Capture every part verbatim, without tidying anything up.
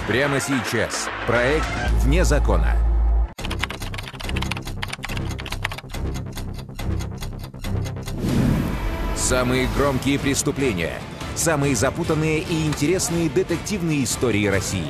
Прямо сейчас. Проект «Вне закона». Самые громкие преступления. Самые запутанные и интересные детективные истории России.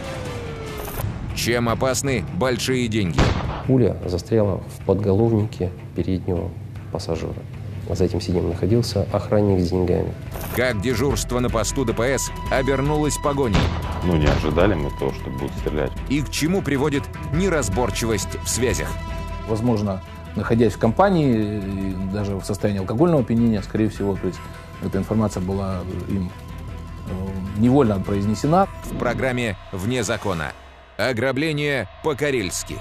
Чем опасны большие деньги? Пуля застряла в подголовнике переднего пассажира. За этим сиденьем находился охранник с деньгами. Как дежурство на посту ДПС обернулось погоней? Ну, не ожидали мы того, что будут стрелять. И к чему приводит неразборчивость в связях? Возможно, находясь в компании, даже в состоянии алкогольного опьянения, скорее всего, то есть эта информация была им невольно произнесена. В программе «Вне закона». Ограбление по-карельски.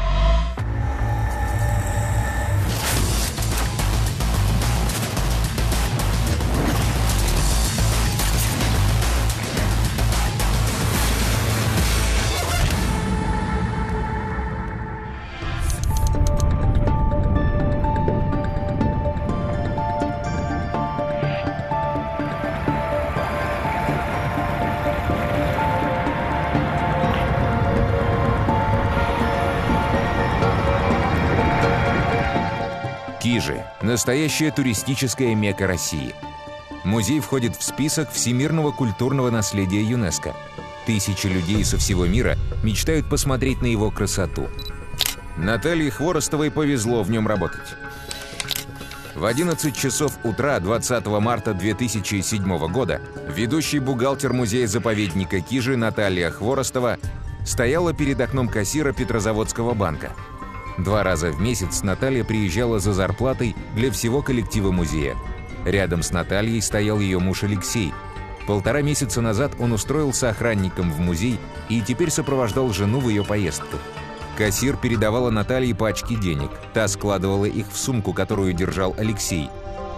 Кижи – настоящая туристическая мекка России. Музей входит в список всемирного культурного наследия ЮНЕСКО. Тысячи людей со всего мира мечтают посмотреть на его красоту. Наталье Хворостовой повезло в нем работать. В одиннадцать часов утра двадцатого марта две тысячи седьмого года ведущий бухгалтер музея-заповедника Кижи Наталья Хворостова стояла перед окном кассира Петрозаводского банка. Два раза в месяц Наталья приезжала за зарплатой для всего коллектива музея. Рядом с Натальей стоял ее муж Алексей. Полтора месяца назад он устроился охранником в музей и теперь сопровождал жену в ее поездках. Кассир передавала Наталье пачки денег. Та складывала их в сумку, которую держал Алексей.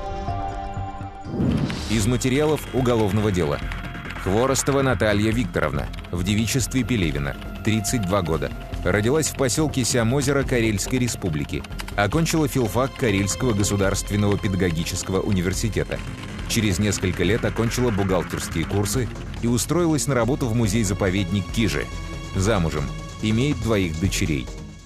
Из материалов уголовного дела. Хворостова Наталья Викторовна, в девичестве Пелевина, тридцать два года. Родилась в поселке Сямозеро Карельской республики. Окончила филфак Карельского государственного педагогического университета. Через несколько лет окончила бухгалтерские курсы и устроилась на работу в музей-заповедник Кижи. Замужем. Имеет двоих дочерей.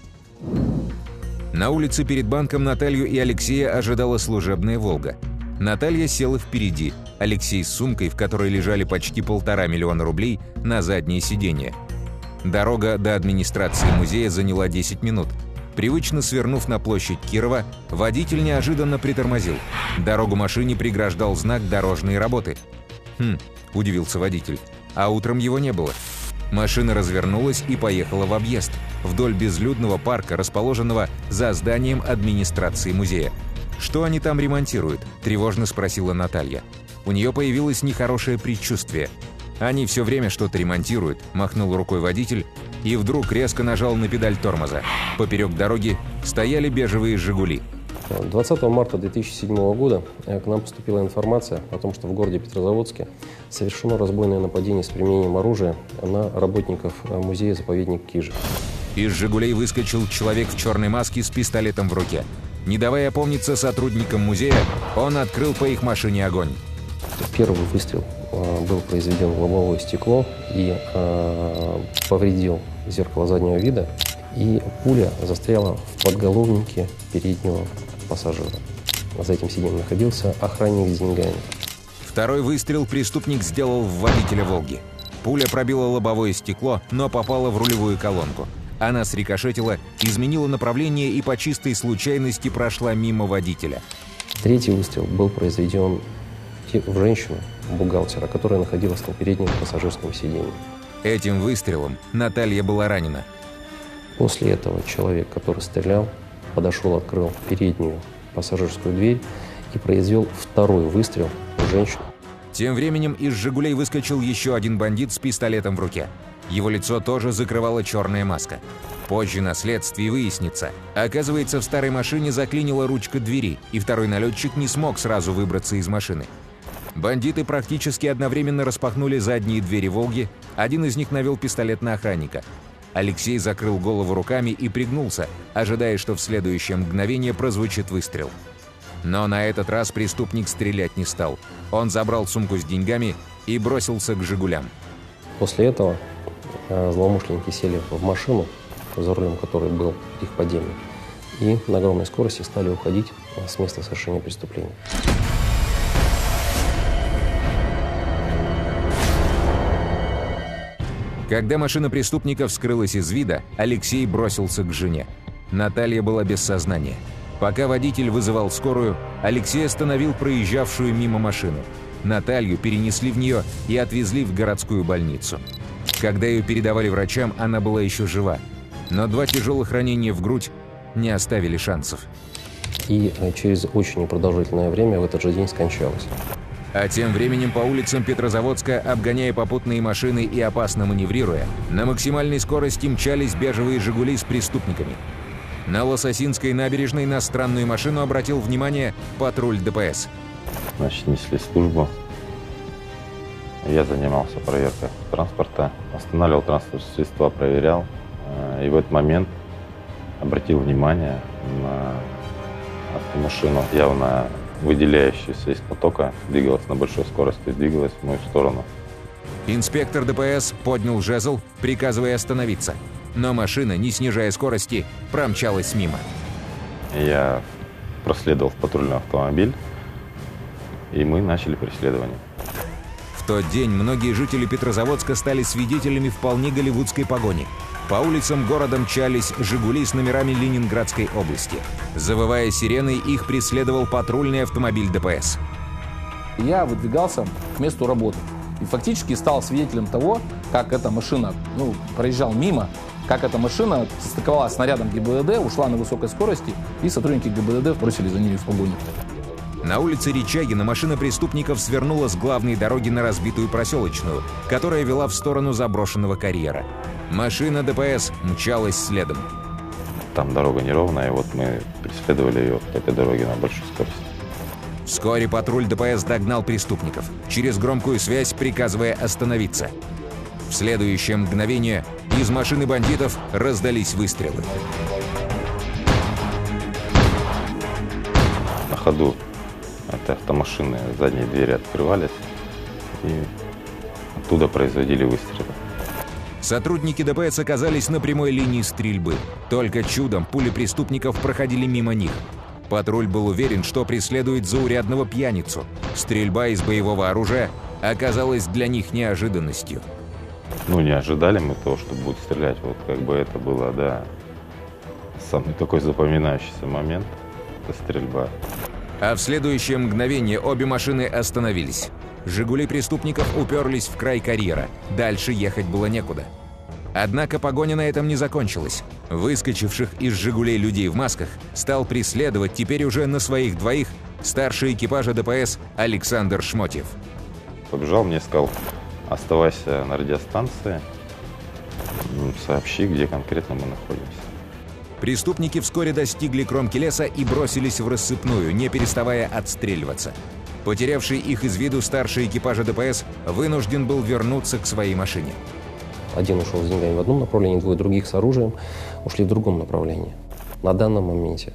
На улице перед банком Наталью и Алексея ожидала служебная «Волга». Наталья села впереди, Алексей с сумкой, в которой лежали почти полтора миллиона рублей, на заднее сиденье. Дорога до администрации музея заняла десять минут. Привычно свернув на площадь Кирова, водитель неожиданно притормозил. Дорогу машине преграждал знак «Дорожные работы». «Хм», – удивился водитель, – а утром его не было. Машина развернулась и поехала в объезд, вдоль безлюдного парка, расположенного за зданием администрации музея. «Что они там ремонтируют?» – тревожно спросила Наталья. У нее появилось нехорошее предчувствие. «Они все время что-то ремонтируют», – махнул рукой водитель и вдруг резко нажал на педаль тормоза. Поперек дороги стояли бежевые «Жигули». двадцатого марта две тысячи седьмого года к нам поступила информация о том, что в городе Петрозаводске совершено разбойное нападение с применением оружия на работников музея-заповедник Кижи. Из «Жигулей» выскочил человек в черной маске с пистолетом в руке. Не давая опомниться сотрудникам музея, он открыл по их машине огонь. Первый выстрел э, был произведен в лобовое стекло и э, повредил зеркало заднего вида, и пуля застряла в подголовнике переднего пассажира. За этим сиденьем находился охранник с деньгами. Второй выстрел преступник сделал в водителя «Волги». Пуля пробила лобовое стекло, но попала в рулевую колонку. Она срикошетила, изменила направление и по чистой случайности прошла мимо водителя. Третий выстрел был произведен в женщину, бухгалтера, которая находилась на переднем пассажирском сиденье. Этим выстрелом Наталья была ранена. После этого человек, который стрелял, подошел, открыл переднюю пассажирскую дверь и произвел второй выстрел в женщину. Тем временем из «Жигулей» выскочил еще один бандит с пистолетом в руке. Его лицо тоже закрывала черная маска. Позже на следствии выяснится. Оказывается, в старой машине заклинила ручка двери, и второй налетчик не смог сразу выбраться из машины. Бандиты практически одновременно распахнули задние двери «Волги», один из них навел пистолет на охранника. Алексей закрыл голову руками и пригнулся, ожидая, что в следующее мгновение прозвучит выстрел. Но на этот раз преступник стрелять не стал. Он забрал сумку с деньгами и бросился к «Жигулям». После этого злоумышленники сели в машину, за рулем которой был их подельник, и на огромной скорости стали уходить с места совершения преступления. Когда машина преступников скрылась из вида, Алексей бросился к жене. Наталья была без сознания. Пока водитель вызывал скорую, Алексей остановил проезжавшую мимо машину. Наталью перенесли в нее и отвезли в городскую больницу. Когда ее передавали врачам, она была еще жива. Но два тяжелых ранения в грудь не оставили шансов. И через очень непродолжительное время в этот же день скончалась. А тем временем по улицам Петрозаводска, обгоняя попутные машины и опасно маневрируя, на максимальной скорости мчались бежевые «Жигули» с преступниками. На Лососинской набережной на странную машину обратил внимание патруль ДПС. Значит, несли службу. Я занимался проверкой транспорта, останавливал транспортные средства, проверял. И в этот момент обратил внимание на автомашину, явно выделяющаяся из потока, двигалась на большой скорости, двигалась в мою сторону. Инспектор ДПС поднял жезл, приказывая остановиться. Но машина, не снижая скорости, промчалась мимо. Я проследовал в патрульный автомобиль, и мы начали преследование. В тот день многие жители Петрозаводска стали свидетелями вполне голливудской погони. По улицам города мчались «Жигули» с номерами Ленинградской области. Завывая сиреной, их преследовал патрульный автомобиль ДПС. Я выдвигался к месту работы и фактически стал свидетелем того, как эта машина, ну, проезжал мимо, как эта машина состыковалась с снарядом ГИБДД, ушла на высокой скорости, и сотрудники ГИБДД бросили за ней в погоню. На улице Ричагина машина преступников свернула с главной дороги на разбитую проселочную, которая вела в сторону заброшенного карьера. Машина ДПС мчалась следом. Там дорога неровная, и вот мы преследовали ее по этой дороге на большой скорости. Вскоре патруль ДПС догнал преступников, через громкую связь приказывая остановиться. В следующее мгновение из машины бандитов раздались выстрелы. На ходу этой автомашины задние двери открывались, и оттуда производили выстрелы. Сотрудники ДПС оказались на прямой линии стрельбы. Только чудом пули преступников проходили мимо них. Патруль был уверен, что преследует заурядного пьяницу. Стрельба из боевого оружия оказалась для них неожиданностью. Ну, не ожидали мы того, что будут стрелять. Вот как бы это было, да, самый такой запоминающийся момент — это стрельба. А в следующее мгновение обе машины остановились. «Жигули» преступников уперлись в край карьера. Дальше ехать было некуда. Однако погоня на этом не закончилась. Выскочивших из «Жигулей» людей в масках стал преследовать теперь уже на своих двоих старший экипажа ДПС Александр Шмотьев. Побежал мне, сказал: оставайся на радиостанции, сообщи, где конкретно мы находимся. Преступники вскоре достигли кромки леса и бросились в рассыпную, не переставая отстреливаться. Потерявший их из виду старший экипажа ДПС вынужден был вернуться к своей машине. Один ушел с деньгами в одном направлении, двое других с оружием ушли в другом направлении. На данном моменте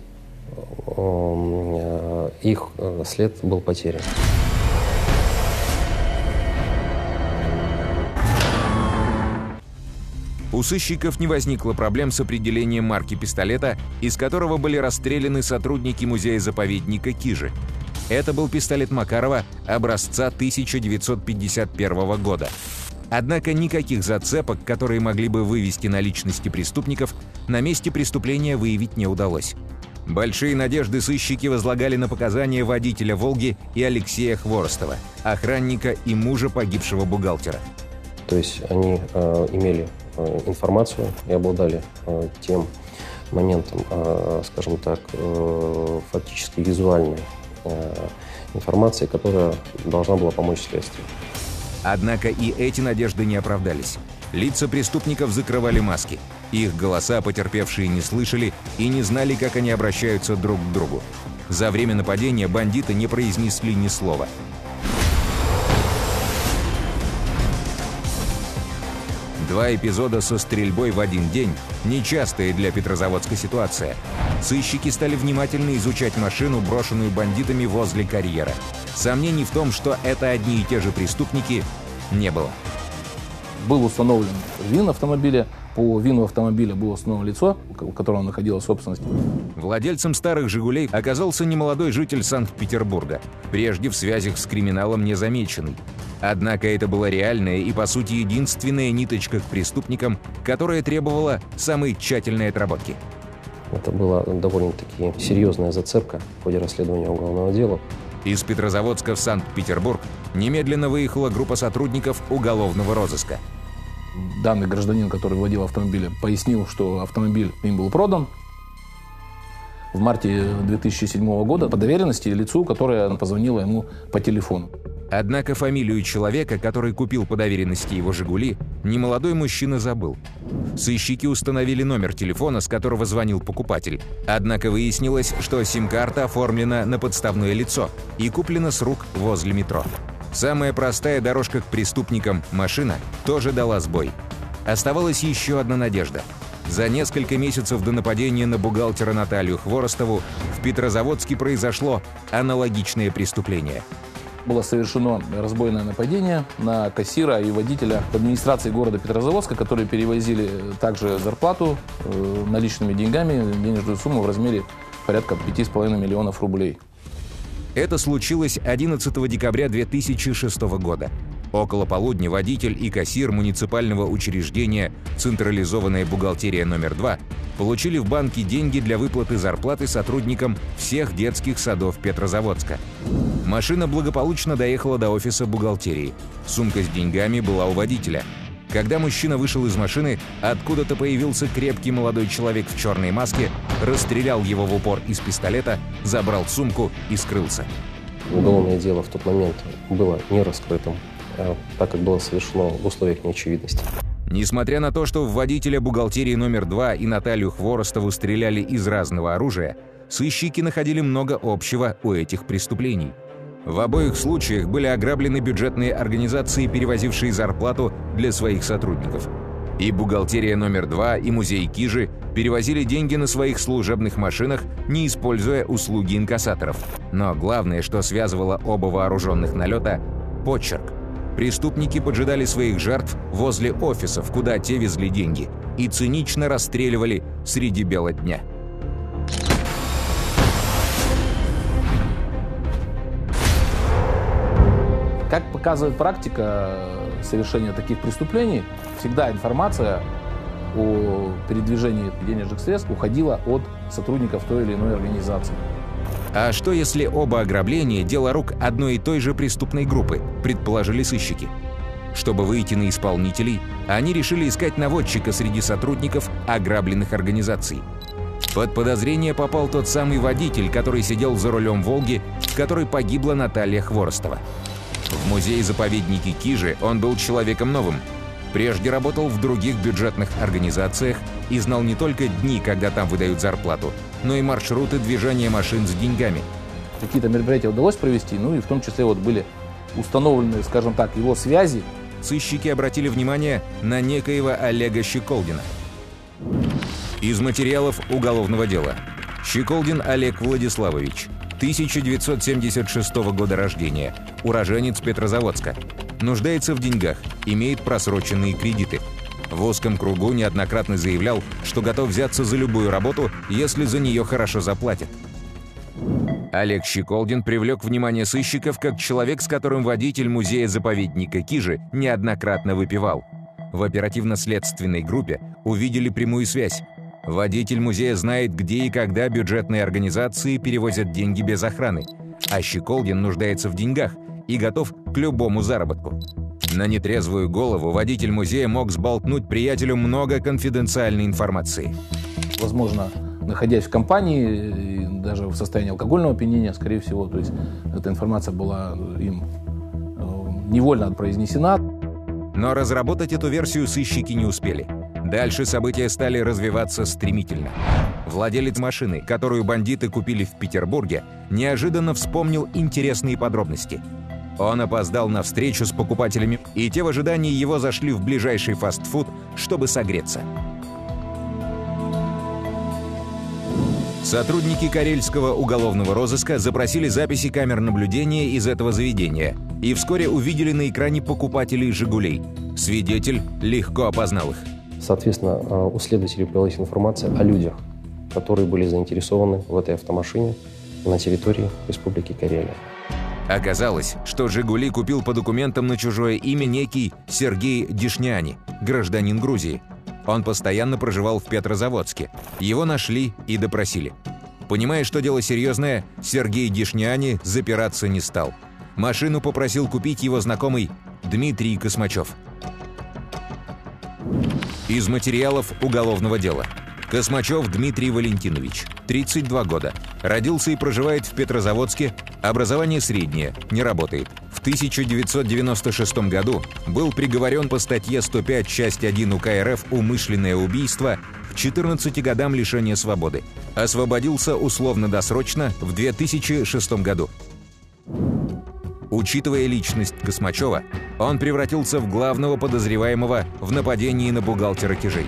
их след был потерян. У сыщиков не возникло проблем с определением марки пистолета, из которого были расстреляны сотрудники музея-заповедника Кижи. Это был пистолет Макарова образца тысяча девятьсот пятьдесят первого года. Однако никаких зацепок, которые могли бы вывести на личности преступников, на месте преступления выявить не удалось. Большие надежды сыщики возлагали на показания водителя «Волги» и Алексея Хворостова, охранника и мужа погибшего бухгалтера. То есть они э, имели э, информацию и обладали э, тем моментом, э, скажем так, э, фактически визуальной э, информации, которая должна была помочь следствию. Однако и эти надежды не оправдались. Лица преступников закрывали маски. Их голоса потерпевшие не слышали и не знали, как они обращаются друг к другу. За время нападения бандиты не произнесли ни слова. Два эпизода со стрельбой в один день – нечастая для Петрозаводска ситуация. Сыщики стали внимательно изучать машину, брошенную бандитами возле карьера. Сомнений в том, что это одни и те же преступники, не было. Был установлен ВИН автомобиля. По ВИНу автомобиля было установлено лицо, у которого находилась собственность. Владельцем старых «Жигулей» оказался немолодой житель Санкт-Петербурга, прежде в связях с криминалом не замеченный. Однако это была реальная и, по сути, единственная ниточка к преступникам, которая требовала самой тщательной отработки. Это была довольно-таки серьезная зацепка в ходе расследования уголовного дела. Из Петрозаводска в Санкт-Петербург немедленно выехала группа сотрудников уголовного розыска. Данный гражданин, который владел автомобилем, пояснил, что автомобиль им был продан в марте две тысячи седьмого года по доверенности лицу, которое позвонило ему по телефону. Однако фамилию человека, который купил по доверенности его «Жигули», немолодой мужчина забыл. Сыщики установили номер телефона, с которого звонил покупатель. Однако выяснилось, что сим-карта оформлена на подставное лицо и куплена с рук возле метро. Самая простая дорожка к преступникам – машина – тоже дала сбой. Оставалась еще одна надежда. За несколько месяцев до нападения на бухгалтера Наталью Хворостову в Петрозаводске произошло аналогичное преступление. Было совершено разбойное нападение на кассира и водителя администрации города Петрозаводска, которые перевозили также зарплату э, наличными деньгами, денежную сумму в размере порядка пяти с половиной миллионов рублей. Это случилось одиннадцатого декабря две тысячи шестого года. Около полудня водитель и кассир муниципального учреждения «Централизованная бухгалтерия номер два» получили в банке деньги для выплаты зарплаты сотрудникам всех детских садов Петрозаводска. Машина благополучно доехала до офиса бухгалтерии. Сумка с деньгами была у водителя. Когда мужчина вышел из машины, откуда-то появился крепкий молодой человек в черной маске, расстрелял его в упор из пистолета, забрал сумку и скрылся. Уголовное дело в тот момент было не раскрытым, так как было совершено в условиях неочевидности. Несмотря на то, что в водителя бухгалтерии номер два и Наталью Хворостову стреляли из разного оружия, сыщики находили много общего у этих преступлений. В обоих случаях были ограблены бюджетные организации, перевозившие зарплату для своих сотрудников. И бухгалтерия номер два, и музей Кижи перевозили деньги на своих служебных машинах, не используя услуги инкассаторов. Но главное, что связывало оба вооруженных налета – почерк. Преступники поджидали своих жертв возле офисов, куда те везли деньги, и цинично расстреливали среди бела дня. Как показывает практика совершения таких преступлений, всегда информация о передвижении денежных средств уходила от сотрудников той или иной организации. А что если оба ограбления – дело рук одной и той же преступной группы, предположили сыщики? Чтобы выйти на исполнителей, они решили искать наводчика среди сотрудников ограбленных организаций. Под подозрение попал тот самый водитель, который сидел за рулем «Волги», в которой погибла Наталья Хворостова. В музее-заповеднике Кижи он был человеком новым. Прежде работал в других бюджетных организациях и знал не только дни, когда там выдают зарплату, но и маршруты движения машин с деньгами. Какие-то мероприятия удалось провести, ну и в том числе вот были установлены, скажем так, его связи. Сыщики обратили внимание на некоего Олега Щеколдина. Из материалов уголовного дела. Щеколдин Олег Владиславович, тысяча девятьсот семьдесят шестого года рождения, уроженец Петрозаводска. Нуждается в деньгах, имеет просроченные кредиты. В узком кругу неоднократно заявлял, что готов взяться за любую работу, если за нее хорошо заплатят. Олег Щеколдин привлек внимание сыщиков как человек, с которым водитель музея-заповедника Кижи неоднократно выпивал. В оперативно-следственной группе увидели прямую связь. Водитель музея знает, где и когда бюджетные организации перевозят деньги без охраны, а Щеколдин нуждается в деньгах и готов к любому заработку. На нетрезвую голову водитель музея мог сболтнуть приятелю много конфиденциальной информации. Возможно, находясь в компании, даже в состоянии алкогольного опьянения, скорее всего, то есть эта информация была им невольно произнесена. Но разработать эту версию сыщики не успели. Дальше события стали развиваться стремительно. Владелец машины, которую бандиты купили в Петербурге, неожиданно вспомнил интересные подробности. Он опоздал на встречу с покупателями, и те в ожидании его зашли в ближайший фастфуд, чтобы согреться. Сотрудники Карельского уголовного розыска запросили записи камер наблюдения из этого заведения и вскоре увидели на экране покупателей «Жигулей». Свидетель легко опознал их. Соответственно, у следователей появилась информация о людях, которые были заинтересованы в этой автомашине на территории Республики Карелия. Оказалось, что «Жигули» купил по документам на чужое имя некий Сергей Дишняни, гражданин Грузии. Он постоянно проживал в Петрозаводске. Его нашли и допросили. Понимая, что дело серьезное, Сергей Дишняни запираться не стал. Машину попросил купить его знакомый Дмитрий Космачев. Из материалов уголовного дела. Космачев Дмитрий Валентинович, тридцать два года. Родился и проживает в Петрозаводске. Образование среднее, не работает. В тысяча девятьсот девяносто шестом году был приговорен по статье сто пять, часть один УК РФ «Умышленное убийство» к четырнадцати годам лишения свободы. Освободился условно-досрочно в две тысячи шестом году. Учитывая личность Космачева, он превратился в главного подозреваемого в нападении на бухгалтера Кижей.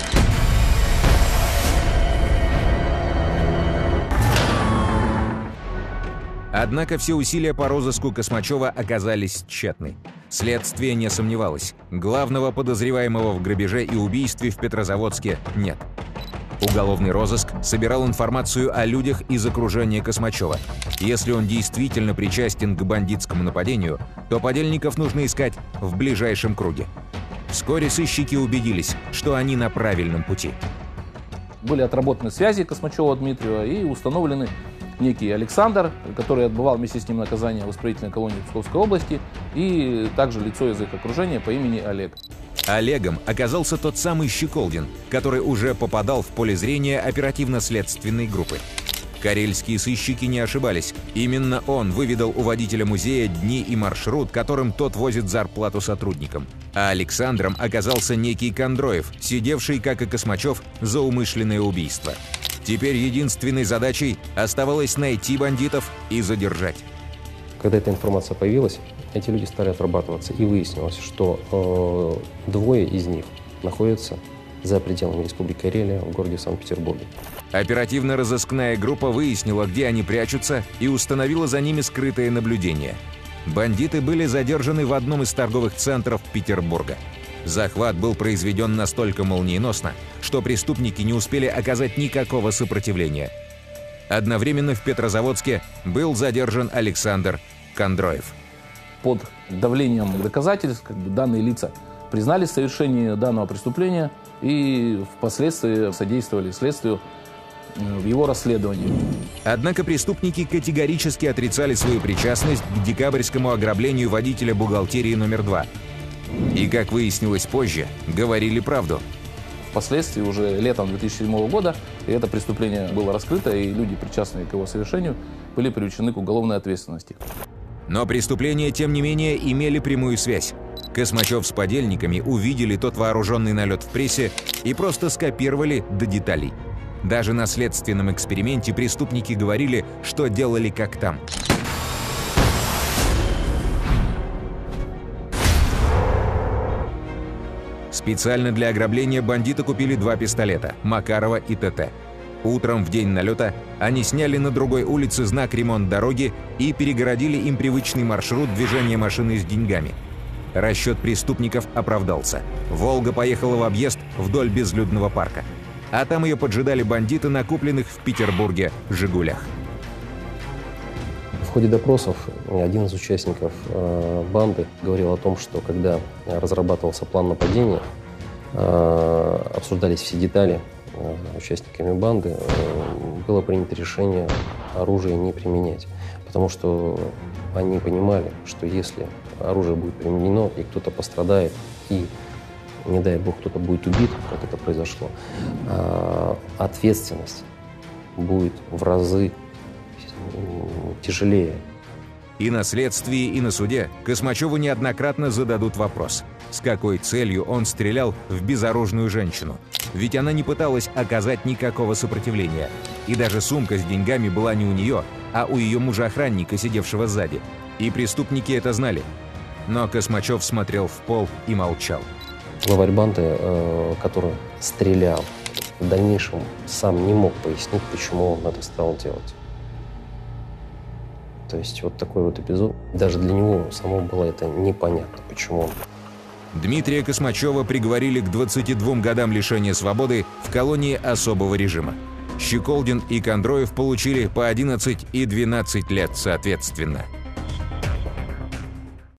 Однако все усилия по розыску Космачева оказались тщетны. Следствие не сомневалось. Главного подозреваемого в грабеже и убийстве в Петрозаводске нет. Уголовный розыск собирал информацию о людях из окружения Космачева. Если он действительно причастен к бандитскому нападению, то подельников нужно искать в ближайшем круге. Вскоре сыщики убедились, что они на правильном пути. Были отработаны связи Космачева Дмитрия и установлены некий Александр, который отбывал вместе с ним наказание в исправительной колонии Псковской области, и также лицо из их окружения по имени Олег. Олегом оказался тот самый Щеколдин, который уже попадал в поле зрения оперативно-следственной группы. Карельские сыщики не ошибались. Именно он выведал у водителя музея дни и маршрут, которым тот возит зарплату сотрудникам. А Александром оказался некий Кондроев, сидевший, как и Космачев, за умышленное убийство. Теперь единственной задачей оставалось найти бандитов и задержать. Когда эта информация появилась, эти люди стали отрабатываться, и выяснилось, что э, двое из них находятся за пределами Республики Карелия в городе Санкт-Петербурге. Оперативно-розыскная группа выяснила, где они прячутся, и установила за ними скрытое наблюдение. Бандиты были задержаны в одном из торговых центров Петербурга. Захват был произведен настолько молниеносно, что преступники не успели оказать никакого сопротивления. Одновременно в Петрозаводске был задержан Александр Кондроев. Под давлением доказательств как бы, данные лица признали совершение данного преступления и впоследствии содействовали следствию в его расследовании. Однако преступники категорически отрицали свою причастность к декабрьскому ограблению водителя бухгалтерии номер два. И, как выяснилось позже, говорили правду. Впоследствии, уже летом две тысячи седьмого года, это преступление было раскрыто, и люди, причастные к его совершению, были привлечены к уголовной ответственности. Но преступления, тем не менее, имели прямую связь. Космачев с подельниками увидели тот вооруженный налет в прессе и просто скопировали до деталей. Даже на следственном эксперименте преступники говорили, что делали как там. Специально для ограбления бандиты купили два пистолета – Макарова и ТТ. Утром в день налета они сняли на другой улице знак «Ремонт дороги» и перегородили им привычный маршрут движения машины с деньгами. Расчет преступников оправдался. «Волга» поехала в объезд вдоль безлюдного парка. А там ее поджидали бандиты на купленных в Петербурге «Жигулях». В ходе допросов один из участников э, банды говорил о том, что когда разрабатывался план нападения, э, обсуждались все детали э, участниками банды, э, было принято решение оружие не применять. Потому что они понимали, что если оружие будет применено, и кто-то пострадает, и, не дай бог, кто-то будет убит, как это произошло, э, ответственность будет в разы тяжелее. И на следствии, и на суде Космачеву неоднократно зададут вопрос, с какой целью он стрелял в безоружную женщину. Ведь она не пыталась оказать никакого сопротивления. И даже сумка с деньгами была не у нее, а у ее мужа-охранника, сидевшего сзади. И преступники это знали. Но Космачев смотрел в пол и молчал. Главарь банды, э, который стрелял, в дальнейшем сам не мог пояснить, почему он это стал делать. То есть вот такой вот эпизод. Даже для него самого было это непонятно, почему он Дмитрия Космачева приговорили к двадцати двум годам лишения свободы в колонии особого режима. Щеколдин и Кондроев получили по одиннадцать и двенадцать лет соответственно.